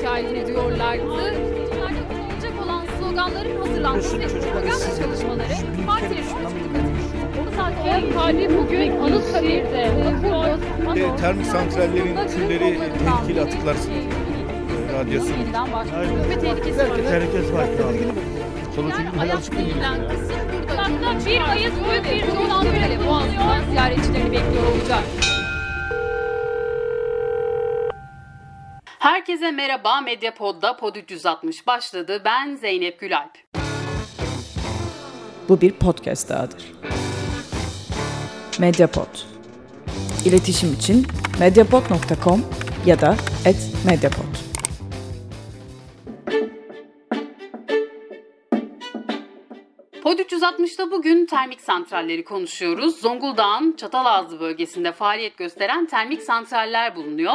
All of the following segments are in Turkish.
şikayet ediyorlardı. Seçimlerde kullanılacak olan sloganların hazırlanması ve propaganda çalışmaları partilerin ölçütü katılmış. Hali bugün Anıtkabir'de termik santrallerin külleri tehlikeli atıklar radyasyon. Ve tehlikesi var. Tehlikesi var. Yani ayak denilen kısım burada. Bir ayız büyük bir yol böyle Boğaz'dan ziyaretçilerini bekliyor olacak. Herkese merhaba, Medyapod'da Pod 360 başladı. Ben Zeynep Gülalp. Bu bir podcast dahadır. Medyapod. İletişim için medyapod.com ya da @medyapod. Pod 360'da bugün termik santralleri konuşuyoruz. Zonguldak'ın Çatalazı bölgesinde faaliyet gösteren termik santraller bulunuyor.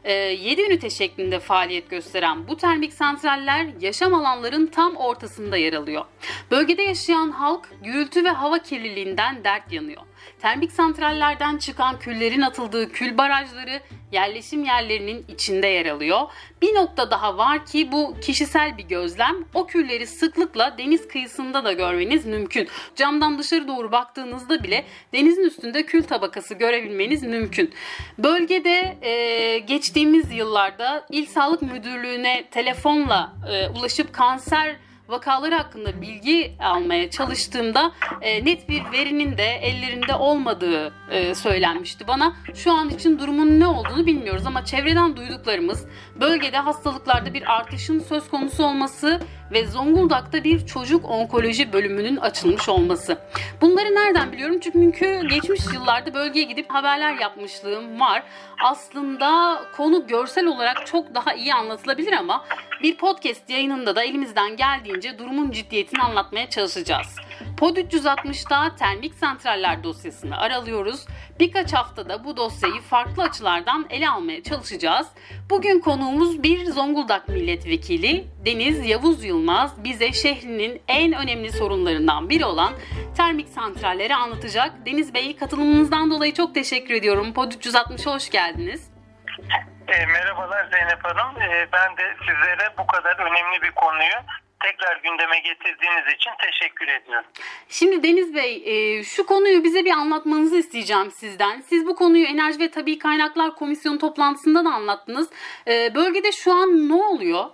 7 ünite şeklinde faaliyet gösteren bu termik santraller yaşam alanların tam ortasında yer alıyor. Bölgede yaşayan halk gürültü ve hava kirliliğinden dert yanıyor. Termik santrallerden çıkan küllerin atıldığı kül barajları yerleşim yerlerinin içinde yer alıyor. Bir nokta daha var ki bu kişisel bir gözlem. O külleri sıklıkla deniz kıyısında da görmeniz mümkün. Camdan dışarı doğru baktığınızda bile denizin üstünde kül tabakası görebilmeniz mümkün. Bölgede geçtiğimiz yıllarda İl Sağlık Müdürlüğü'ne telefonla ulaşıp kanser vakaları hakkında bilgi almaya çalıştığımda net bir verinin de ellerinde olmadığı söylenmişti bana. Şu an için durumun ne olduğunu bilmiyoruz ama çevreden duyduklarımız bölgede hastalıklarda bir artışın söz konusu olması ve Zonguldak'ta bir çocuk onkoloji bölümünün açılmış olması. Bunları nereden biliyorum? Çünkü geçmiş yıllarda bölgeye gidip haberler yapmışlığım var. Aslında konu görsel olarak çok daha iyi anlatılabilir ama bir podcast yayınında da elimizden geldiğince durumun ciddiyetini anlatmaya çalışacağız. Pod 360'da termik santraller dosyasını aralıyoruz. Birkaç haftada bu dosyayı farklı açılardan ele almaya çalışacağız. Bugün konuğumuz bir Zonguldak milletvekili Deniz Yavuz Yılmaz bize şehrinin en önemli sorunlarından biri olan termik santralleri anlatacak. Deniz Bey, katılımınızdan dolayı çok teşekkür ediyorum. Pod 360'a hoş geldiniz. Merhabalar Zeynep Hanım. Ben de sizlere bu kadar önemli bir konuyu tekrar gündeme getirdiğiniz için teşekkür ediyorum. Şimdi Deniz Bey, şu konuyu bize bir anlatmanızı isteyeceğim sizden. Siz bu konuyu Enerji ve Tabii Kaynaklar Komisyonu toplantısında da anlattınız. Bölgede şu an ne oluyor?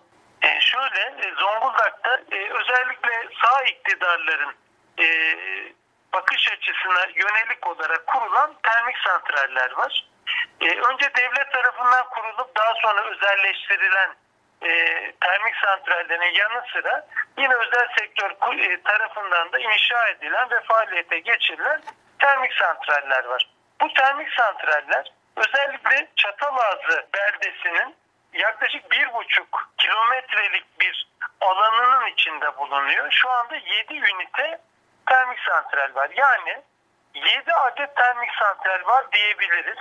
Zonguldak'ta özellikle sağ iktidarların bakış açısına yönelik olarak kurulan termik santraller var. Önce devlet tarafından kurulup daha sonra özelleştirilen termik santrallerin yanı sıra yine özel sektör tarafından da inşa edilen ve faaliyete geçirilen termik santraller var. Bu termik santraller özellikle Çatalazı beldesinin yaklaşık 1,5 kilometrelik bir alanının içinde bulunuyor. Şu anda 7 ünite termik santral var. Yani 7 adet termik santral var diyebiliriz.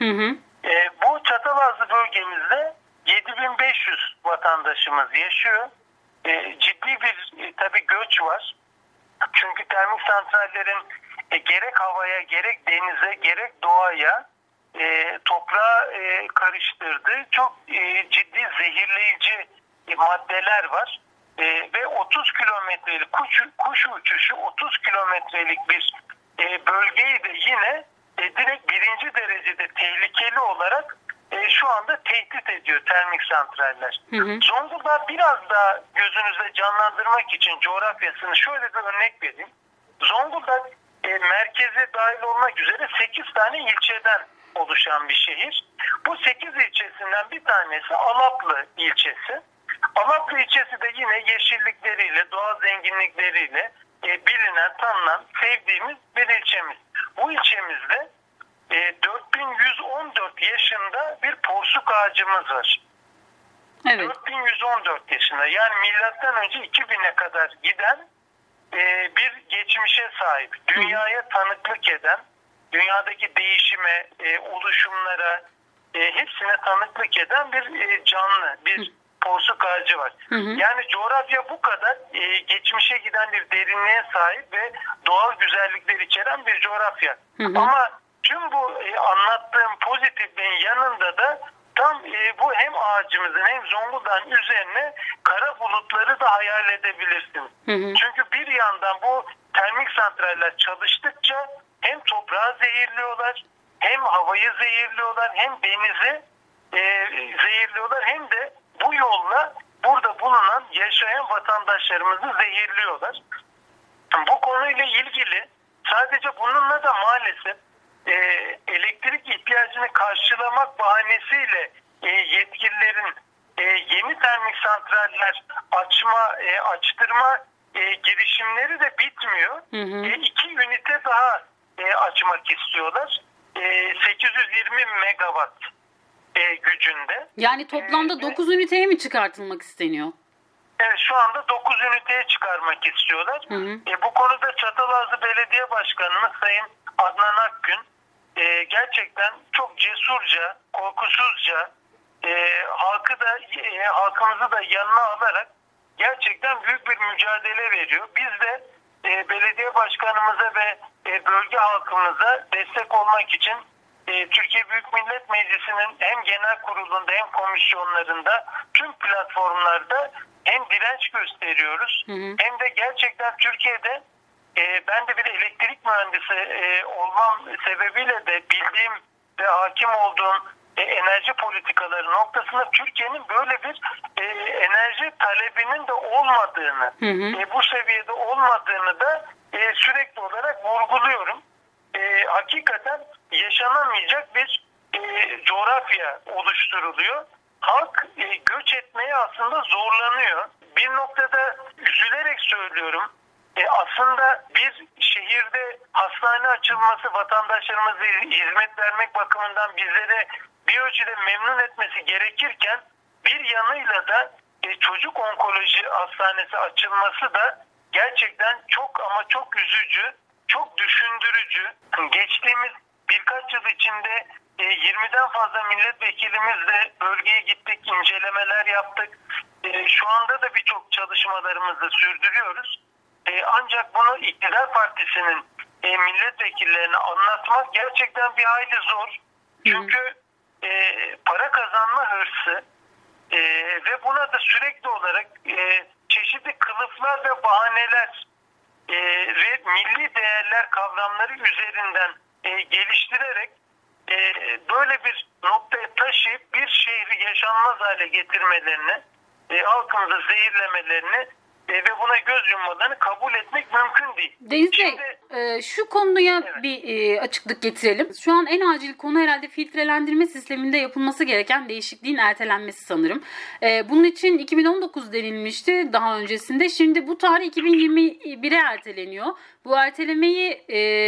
Bu Çatalazı bölgemizde 7500 vatandaşımız yaşıyor. Ciddi bir tabii göç var. Çünkü termik santrallerin gerek havaya, gerek denize, gerek doğaya, toprağa karıştırdığı çok ciddi zehirleyici maddeler var. Ve 30 kilometrelik kuş uçuşu 30 kilometrelik bir bölgeyi de yine direkt birinci derecede tehlikeli olarak şu anda tehdit ediyor termik santraller. Zonguldak biraz daha gözünüzde canlandırmak için coğrafyasını şöyle bir örnek vereyim. Zonguldak merkeze dahil olmak üzere 8 tane ilçeden oluşan bir şehir. Bu 8 ilçesinden bir tanesi Alaplı ilçesi. Alaplı ilçesi de yine yeşillikleriyle, doğal zenginlikleriyle bilinen, tanınan, sevdiğimiz bir ilçemiz. Bu ilçemizde 4114 yaşında bir porsuk ağacımız var. Evet. 4114 yaşında, yani milattan önce 2000'e kadar giden bir geçmişe sahip. Dünyaya tanıklık eden, dünyadaki değişime, oluşumlara hepsine tanıklık eden bir canlı, bir porsuk ağacı var. Yani coğrafya bu kadar geçmişe giden bir derinliğe sahip ve doğal güzellikler içeren bir coğrafya. Ama tüm bu anlattığım pozitifliğin yanında da ta tam bu hem ağacımızın hem Zonguldak'ın üzerine kara bulutları da hayal edebilirsiniz. Çünkü bir yandan bu termik santraller çalıştıkça hem toprağı zehirliyorlar, hem havayı zehirliyorlar, hem denizi zehirliyorlar, hem de bu yolla burada bulunan yaşayan vatandaşlarımızı zehirliyorlar. Bu konuyla ilgili sadece bununla da maalesef elektrik ihtiyacını karşılamak bahanesiyle yetkililerin yeni termik santraller açtırma girişimleri de bitmiyor. 2 ünite daha açmak istiyorlar. 820 megawatt gücünde. Yani toplamda 9 üniteye mi çıkartılmak isteniyor? Evet, şu anda 9 üniteye çıkarmak istiyorlar. Bu konuda Çatalazı Belediye Başkanımız Sayın Adnan Akgün gerçekten çok cesurca, korkusuzca halkımızı da yanına alarak gerçekten büyük bir mücadele veriyor. Biz de belediye başkanımıza ve bölge halkımıza destek olmak için Türkiye Büyük Millet Meclisi'nin hem genel kurulunda hem komisyonlarında tüm platformlarda hem direnç gösteriyoruz hem de gerçekten Türkiye'de ben de bir elektrik mühendisi olmam sebebiyle de bildiğim ve hakim olduğum enerji politikaları noktasında Türkiye'nin böyle bir enerji talebinin de olmadığını, bu seviyede olmadığını da sürekli olarak vurguluyorum. Hakikaten yaşanamayacak bir coğrafya oluşturuluyor. Halk göç etmeye aslında zorlanıyor. Bir noktada üzülerek söylüyorum. Aslında bir şehirde hastane açılması vatandaşlarımıza hizmet vermek bakımından bizleri bir ölçüde memnun etmesi gerekirken bir yanıyla da çocuk onkoloji hastanesi açılması da gerçekten çok ama çok üzücü, çok düşündürücü. Geçtiğimiz birkaç yıl içinde 20'den fazla milletvekilimizle bölgeye gittik, incelemeler yaptık. Şu anda da birçok çalışmalarımızı sürdürüyoruz. Ancak bunu iktidar partisinin milletvekillerine anlatmak gerçekten bir hayli zor. Çünkü para kazanma hırsı ve buna da sürekli olarak çeşitli kılıflar ve bahaneler ve milli değerler kavramları üzerinden geliştirerek böyle bir noktaya taşıyıp bir şehri yaşanmaz hale getirmelerini, halkımızı zehirlemelerini ve buna göz yummalarını kabul etmek mümkün değil. Deniz Bey, şu konuya bir açıklık getirelim. Şu an en acil konu herhalde filtrelendirme sisteminde yapılması gereken değişikliğin ertelenmesi sanırım. Bunun için 2019 denilmişti daha öncesinde. Şimdi bu tarih 2021'e erteleniyor. Bu ertelemeyi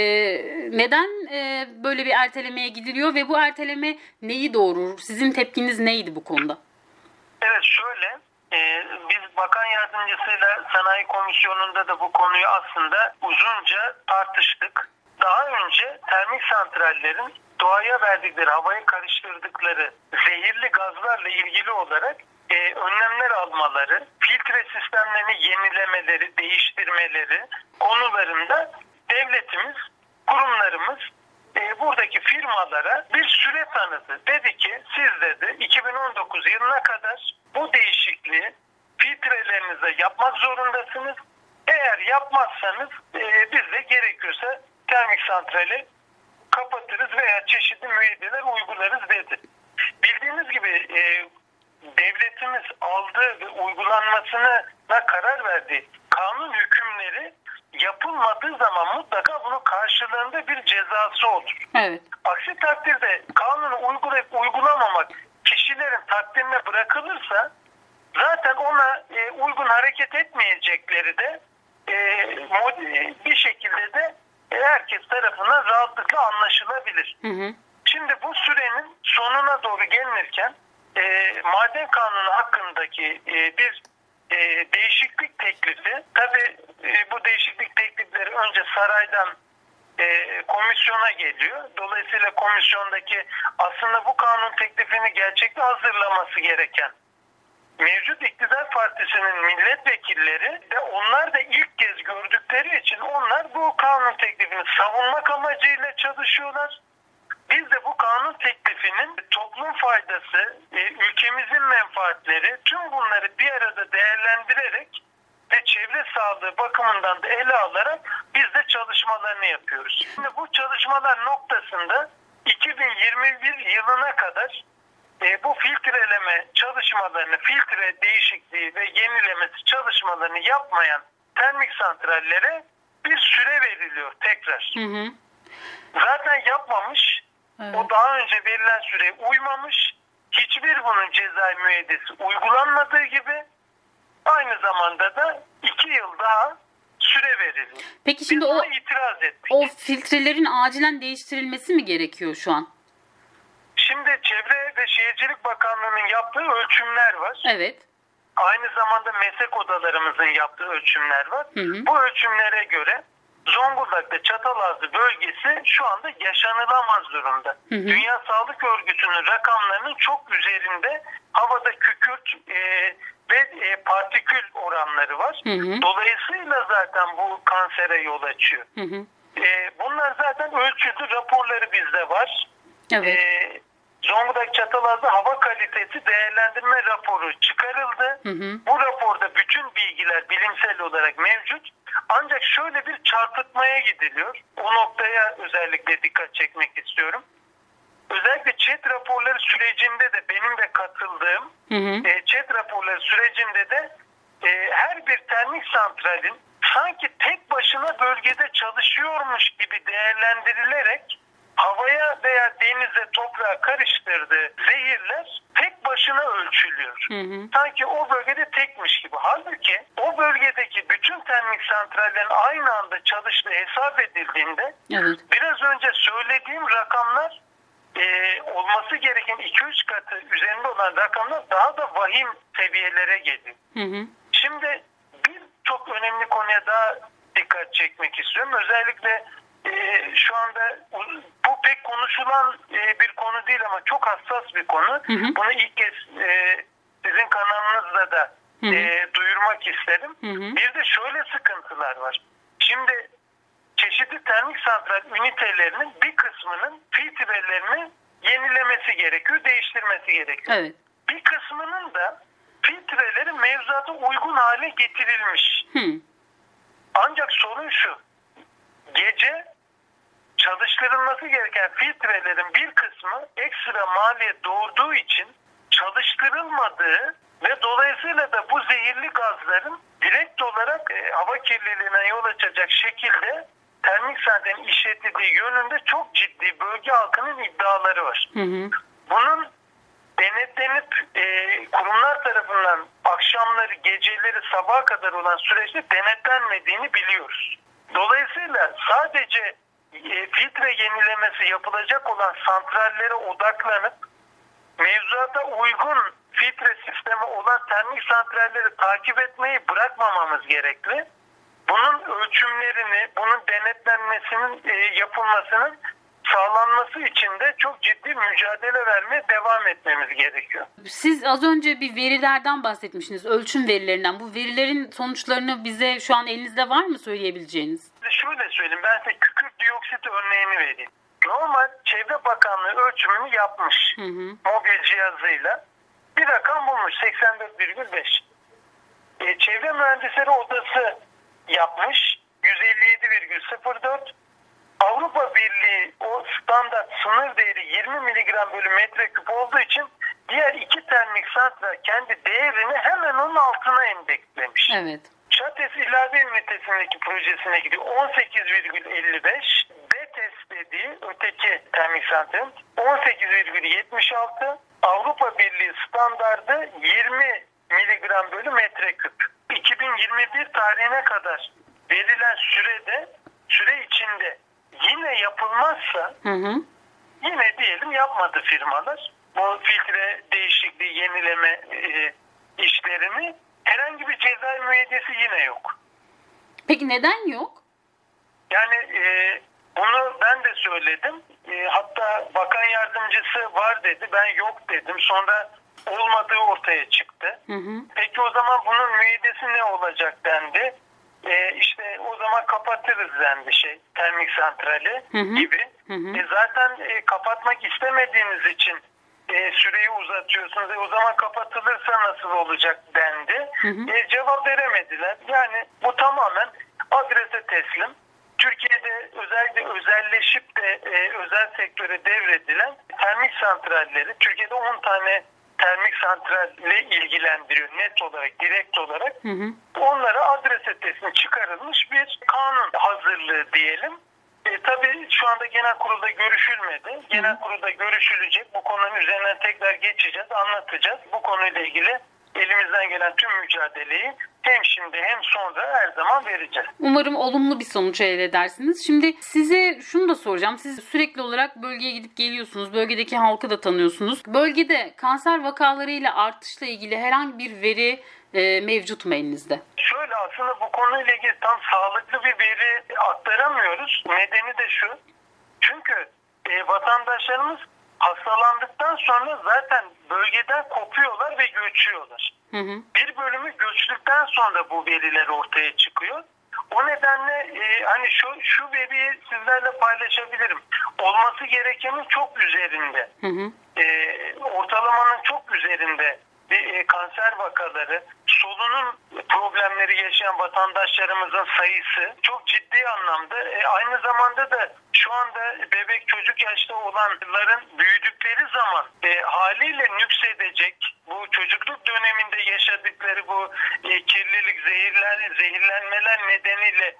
neden böyle bir ertelemeye gidiliyor ve bu erteleme neyi doğurur? Sizin tepkiniz neydi bu konuda? Evet, şöyle. Biz Bakan Yardımcısıyla Sanayi Komisyonu'nda da bu konuyu aslında uzunca tartıştık. Daha önce termik santrallerin doğaya verdikleri, havayı karıştırdıkları zehirli gazlarla ilgili olarak önlemler almaları, filtre sistemlerini yenilemeleri, değiştirmeleri konularında devletimiz, kurumlarımız buradaki firmalara bir süre tanıdı. Dedi ki siz dedi 2019 yılına kadar bu değişikliği filtrelerinize yapmak zorundasınız. Eğer yapmazsanız biz de gerekiyorsa termik santrali kapatırız veya çeşitli müeyyideler uygularız dedi. Bildiğiniz gibi devletimiz aldığı ve uygulanmasına karar verdi. Kanun hükümleri yapılmadığı zaman mutlaka bunun karşılığında bir cezası olur. Evet. Aksi takdirde kanunu uygulayıp uygulamamak kişilerin takdirine bırakılırsa zaten ona uygun hareket etmeyecekleri de bir şekilde de herkes tarafından rahatlıkla anlaşılabilir. Şimdi bu sürenin sonuna doğru gelinirken maden kanunu hakkındaki bir değişiklik teklifi, tabii bu değişiklik teklifleri önce saraydan komisyona geliyor. Dolayısıyla komisyondaki aslında bu kanun teklifini gerçekte hazırlaması gereken mevcut iktidar partisinin milletvekilleri de onlar da ilk kez gördükleri için onlar bu kanun teklifini savunmak amacıyla çalışıyorlar. Biz de bu kanun teklifinin toplum faydası, ülkemizin menfaatleri, tüm bunları bir arada değerlendirerek ve çevre sağlığı bakımından da ele alarak biz de çalışmalarını yapıyoruz. Şimdi bu çalışmalar noktasında 2021 yılına kadar bu filtreleme çalışmalarını, filtre değişikliği ve yenilemesi çalışmalarını yapmayan termik santrallere bir süre veriliyor tekrar. Hı hı. Zaten yapmamış, Evet. o daha önce verilen süreye uymamış, hiçbir bunun cezai müeyyidesi uygulanmadığı gibi aynı zamanda da 2 yıl daha süre veriliyor. Peki şimdi Biz buna itiraz ettik. o filtrelerin acilen değiştirilmesi mi gerekiyor şu an? Şimdi Çevre ve Şehircilik Bakanlığı'nın yaptığı ölçümler var. Evet. Aynı zamanda meslek odalarımızın yaptığı ölçümler var. Hı hı. Bu ölçümlere göre Zonguldak'ta Çatalazı bölgesi şu anda yaşanılamaz durumda. Hı hı. Dünya Sağlık Örgütü'nün rakamlarının çok üzerinde havada kükürt ve partikül oranları var. Hı hı. Dolayısıyla zaten bu kansere yol açıyor. Hı hı. Bunlar zaten ölçüldü, raporları bizde var. Evet. Zonguldak Çatalazı hava kalitesi değerlendirme raporu çıkarıldı. Hı hı. Bu raporda bütün bilgiler bilimsel olarak mevcut. Ancak şöyle bir çarpıtmaya gidiliyor. O noktaya özellikle dikkat çekmek istiyorum. Özellikle ÇED raporları sürecinde de benim de katıldığım Hı hı. ÇED raporları sürecinde de her bir termik santralin sanki tek başına bölgede çalışıyormuş gibi değerlendirilerek havaya veya denize, toprağa karıştırdığı zehirler tek başına ölçülüyor. Hı hı. Sanki o bölgede tekmiş gibi. Halbuki o bölgedeki bütün termik santrallerin aynı anda çalıştığı hesap edildiğinde Evet. biraz önce söylediğim rakamlar olması gereken 2-3 katı üzerinde olan rakamlar daha da vahim seviyelere geliyor. Hı hı. Şimdi bir çok önemli konuya daha dikkat çekmek istiyorum. Özellikle şu anda bu pek konuşulan bir konu değil ama çok hassas bir konu. Hı hı. Bunu ilk kez sizin kanalınızda da Hı hı. duyurmak isterim. Hı hı. Bir de şöyle sıkıntılar var. Şimdi çeşitli termik santral ünitelerinin bir kısmının filtrelerini yenilemesi gerekiyor, değiştirmesi gerekiyor. Evet. Bir kısmının da filtreleri mevzuata uygun hale getirilmiş. Hı. Ancak sorun şu, gece çalıştırılması gereken filtrelerin bir kısmı ekstra maliyet doğurduğu için çalıştırılmadığı ve dolayısıyla da bu zehirli gazların direkt olarak hava kirliliğine yol açacak şekilde termik santralin işletildiği yönünde çok ciddi bölge halkının iddiaları var. Hı hı. Bunun denetlenip kurumlar tarafından akşamları, geceleri, sabaha kadar olan süreçte denetlenmediğini biliyoruz. Dolayısıyla sadece filtre yenilemesi yapılacak olan santrallere odaklanıp mevzuata uygun filtre sistemi olan termik santralleri takip etmeyi bırakmamamız gerekli. Bunun ölçümlerini, bunun denetlenmesinin yapılmasının sağlanması için de çok ciddi mücadele vermeye devam etmemiz gerekiyor. Siz az önce bir verilerden bahsetmiştiniz. Ölçüm verilerinden. Bu verilerin sonuçlarını bize şu an elinizde var mı söyleyebileceğiniz? Şöyle söyleyeyim, ben size kükürt dioksit örneğini vereyim. Normal Çevre Bakanlığı ölçümünü yapmış. Hı hı. Mobil cihazıyla. Bir rakam bulmuş 84,5. Çevre Mühendisleri Odası yapmış 157,04. Avrupa Birliği o standart sınır değeri 20 mg bölü metreküp olduğu için diğer iki termik santral kendi değerini hemen onun altına endekslemiş. Evet. ÇATES ilave ünitesindeki projesine gidiyor 18,55. BTES dediği öteki termik santralin 18,76. Avrupa Birliği standardı 20 mg bölü metreküp. 2021 tarihine kadar verilen süre içinde yine yapılmazsa, Hı hı. yine diyelim yapmadı firmalar bu filtre değişikliği, yenileme işlerini, herhangi bir cezai müeyyidesi yine yok. Peki neden yok? Yani bunu ben de söyledim. Hatta bakan yardımcısı var dedi, ben yok dedim. Sonra olmadığı ortaya çıktı. Hı hı. Peki o zaman bunun müeyyidesi ne olacak dendi. İşte o zaman kapatırız dendi termik santrali Hı hı. gibi. Zaten kapatmak istemediğiniz için süreyi uzatıyorsunuz. O zaman kapatılırsa nasıl olacak dendi. Cevap veremediler. Yani bu tamamen adrese teslim. Türkiye'de özellikle özelleşip de özel sektöre devredilen termik santralleri, Türkiye'de 10 tane termik santralle ilgilendiriyor net olarak, direkt olarak. Onlara adrese teslim çıkarılmış bir kanun hazırlığı diyelim. Tabii şu anda genel kurulda görüşülmedi. Genel kurulda görüşülecek. Bu konunun üzerinden tekrar geçeceğiz, anlatacağız. Bu konuyla ilgili elimizden gelen tüm mücadeleyi hem şimdi hem sonra her zaman vereceğiz. Umarım olumlu bir sonuç elde edersiniz. Şimdi size şunu da soracağım. Siz sürekli olarak bölgeye gidip geliyorsunuz. Bölgedeki halkı da tanıyorsunuz. Bölgede kanser vakalarıyla artışla ilgili herhangi bir veri mevcut mu elinizde? Şöyle, aslında bu konuyla ilgili tam sağlıklı bir veri aktaramıyoruz. Nedeni de şu. Çünkü vatandaşlarımız hastalandıktan sonra zaten bölgeden kopuyorlar ve göçüyorlar. Bir bölümü göçtükten sonra bu veriler ortaya çıkıyor. O nedenle hani şu veriyi sizlerle paylaşabilirim. Olması gerekenin çok üzerinde. Ortalamanın çok üzerinde kanser vakaları, solunum problemleri yaşayan vatandaşlarımızın sayısı çok ciddi anlamda. Aynı zamanda da şu anda bebek çocuk yaşta olanların büyüdükleri zaman haliyle nüksedecek, bu çocukluk döneminde yaşadıkları bu kirlilik, zehirlenmeler nedeniyle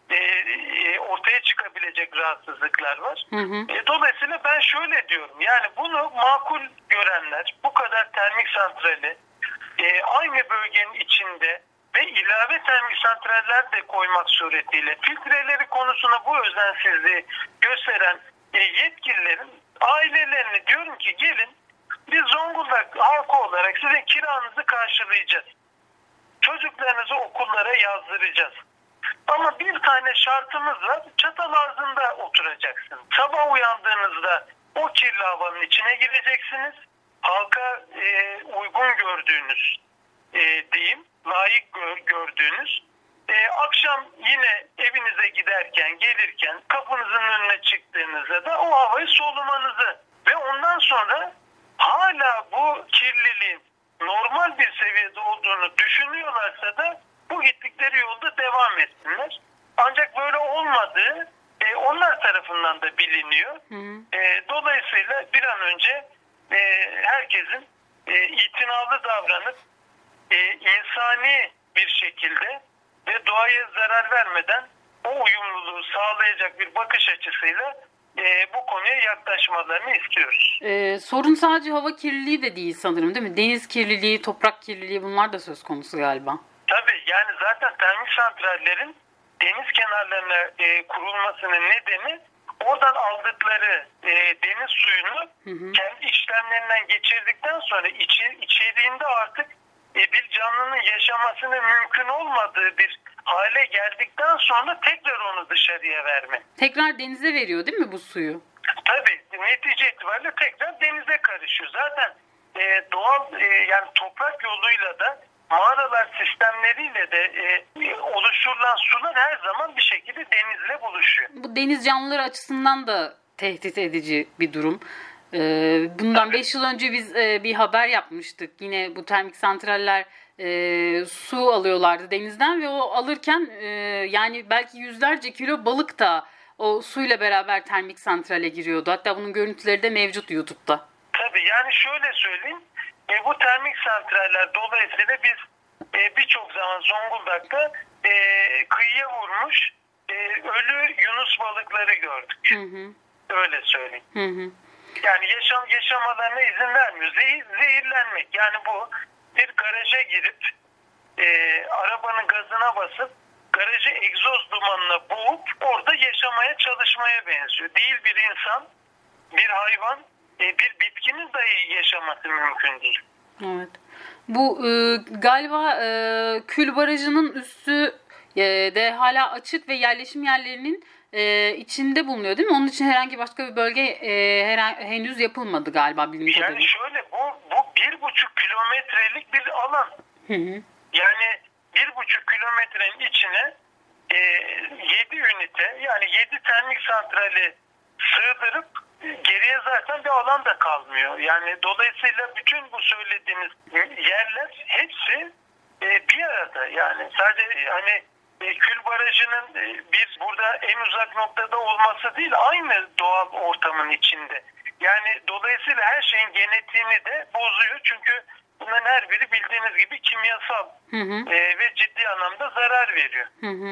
ortaya çıkabilecek rahatsızlıklar var. Dolayısıyla ben şöyle diyorum, yani bunu makul görenler bu kadar termik santrali aynı bölgenin içinde ve ilave termik santraller de koymak suretiyle filtreleri konusunda bu özensizliği gösteren yetkililerin ailelerine diyorum ki gelin biz Zonguldak halkı olarak sizin kiranızı karşılayacağız. Çocuklarınızı okullara yazdıracağız. Ama bir tane şartımız var. Çatalazı'nda oturacaksınız. Sabah uyandığınızda o kirli havanın içine gireceksiniz. Halka uygun gördüğünüz diyeyim, layık gördüğünüz. Akşam yine evinize giderken, gelirken kapınızın önüne çıktığınızda da o havayı solumanızı ve ondan sonra hala bu kirliliğin normal bir seviyede olduğunu düşünüyorlarsa da bu gittikleri yolda devam etsinler. Ancak böyle olmadığı onlar tarafından da biliniyor. Dolayısıyla bir an önce herkesin itinalı davranıp insani bir şekilde ve doğaya zarar vermeden o uyumluluğu sağlayacak bir bakış açısıyla bu konuya yaklaşmalarını istiyoruz. Sorun sadece hava kirliliği de değil sanırım, değil mi? Deniz kirliliği, toprak kirliliği, bunlar da söz konusu galiba. Tabii, yani zaten termik santrallerin deniz kenarlarına kurulmasının nedeni oradan aldıkları deniz suyunu kendi işlemlerinden geçirdikten sonra içeriğinde artık bir canlının yaşamasının mümkün olmadığı bir hale geldikten sonra tekrar onu dışarıya verme. Tekrar denize veriyor değil mi bu suyu? Tabii, netice itibariyle tekrar denize karışıyor. Zaten doğal yani toprak yoluyla da mağaralar sistemleriyle de oluşturulan sular her zaman bir şekilde denizle buluşuyor. Bu deniz canlıları açısından da tehdit edici bir durum. Bundan 5 yıl önce biz bir haber yapmıştık. Yine bu termik santraller su alıyorlardı denizden ve o alırken yani belki yüzlerce kilo balık da o suyla beraber termik santrale giriyordu. Hatta bunun görüntüleri de mevcut YouTube'da. Tabii, yani şöyle söyleyeyim. Bu termik santraller dolayısıyla biz birçok zaman Zonguldak'ta kıyıya vurmuş ölü yunus balıkları gördük. Öyle söyleyeyim. Yani yaşamalarına izin vermiyor. Zehirlenmek. Yani bu bir garaja girip arabanın gazına basıp garajı egzoz dumanına boğup orada yaşamaya çalışmaya benziyor. Değil bir insan, bir hayvan, bir bitkinin dahi yaşaması mümkün değil. Evet. Bu galiba Kül Barajı'nın üstü de hala açık ve yerleşim yerlerinin içinde bulunuyor değil mi? Onun için herhangi başka bir bölge henüz yapılmadı galiba bildiğim kadarıyla. Yani şöyle, bu 1,5 kilometrelik bir alan. Yani 1,5 kilometrenin içine 7 ünite, yani 7 termik santrali sığdırıp geriye zaten bir alan da kalmıyor. Yani dolayısıyla bütün bu söylediğiniz yerler hepsi bir arada. Yani sadece hani Kül Barajı'nın bir burada en uzak noktada olması değil, aynı doğal ortamın içinde. Yani dolayısıyla her şeyin genetiğini de bozuyor. Çünkü bunların her biri bildiğiniz gibi kimyasal ve ciddi anlamda zarar veriyor.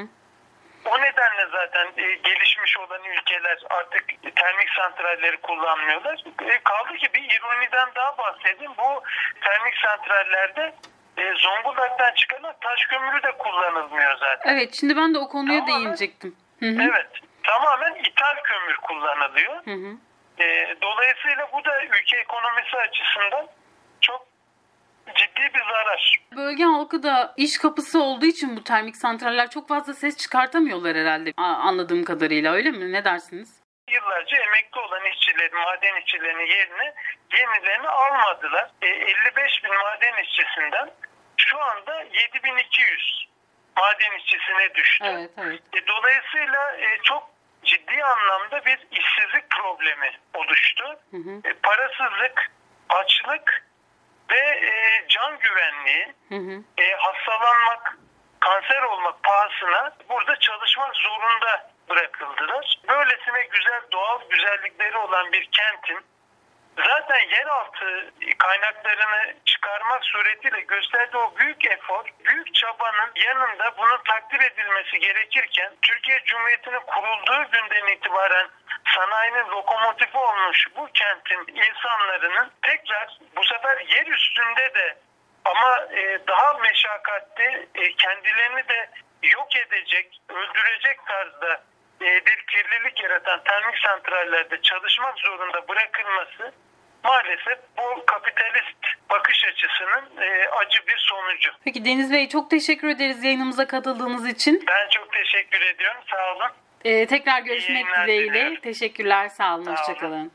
O nedenle zaten gelişmiş olan ülkeler artık termik santralleri kullanmıyorlar. Kaldı ki bir ironiden daha bahsedeyim. Bu termik santrallerde Zonguldak'tan çıkan taş kömürü de kullanılmıyor zaten. Evet, şimdi ben de o konuya değinecektim. Evet, tamamen ithal kömür kullanılıyor. Dolayısıyla bu da ülke ekonomisi açısından çok ciddi bir zarar. Bölge halkı da iş kapısı olduğu için bu termik santraller çok fazla ses çıkartamıyorlar herhalde anladığım kadarıyla, öyle mi? Ne dersiniz? Yıllarca emekli olan işçilerin, maden işçilerinin yerine yenilerini almadılar. 55 bin maden işçisinden şu anda 7.200 maden işçisine düştü. Evet. Dolayısıyla çok ciddi anlamda bir işsizlik problemi oluştu. Parasızlık, açlık ve can güvenliği, hastalanmak, kanser olmak pahasına burada çalışmak zorunda bırakıldılar. Böylesine güzel doğal güzellikleri olan bir kentin zaten yeraltı kaynaklarını çıkarmak suretiyle gösterdiği o büyük efor, büyük çabanın yanında bunun takdir edilmesi gerekirken Türkiye Cumhuriyeti'nin kurulduğu günden itibaren sanayinin lokomotifi olmuş bu kentin insanların tekrar bu sefer yer üstünde de ama daha meşakkatli, kendilerini de yok edecek, öldürecek tarzda bir kirlilik yaratan termik santrallerde çalışmak zorunda bırakılması maalesef bu kapitalist bakış açısının acı bir sonucu. Peki Deniz Bey, çok teşekkür ederiz yayınımıza katıldığınız için. Ben çok teşekkür ediyorum. Sağ olun. Tekrar görüşmek dileğiyle. Diliyorum. Teşekkürler. Sağ olun. Sağ olun. Hoşçakalın.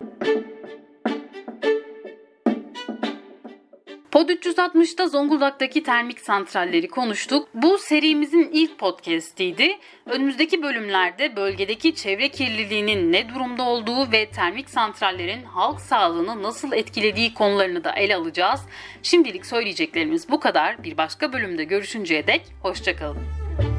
Pod 360'da Zonguldak'taki termik santralleri konuştuk. Bu serimizin ilk podcast'iydi. Önümüzdeki bölümlerde bölgedeki çevre kirliliğinin ne durumda olduğu ve termik santrallerin halk sağlığını nasıl etkilediği konularını da ele alacağız. Şimdilik söyleyeceklerimiz bu kadar. Bir başka bölümde görüşünceye dek hoşçakalın.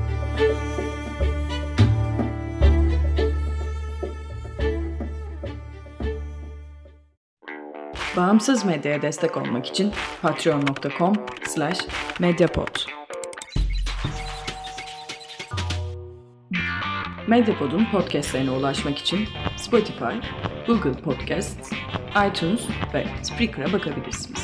Bağımsız medyaya destek olmak için patreon.com/medyapod. Medyapod'un podcastlerine ulaşmak için Spotify, Google Podcasts, iTunes ve Spreaker'a bakabilirsiniz.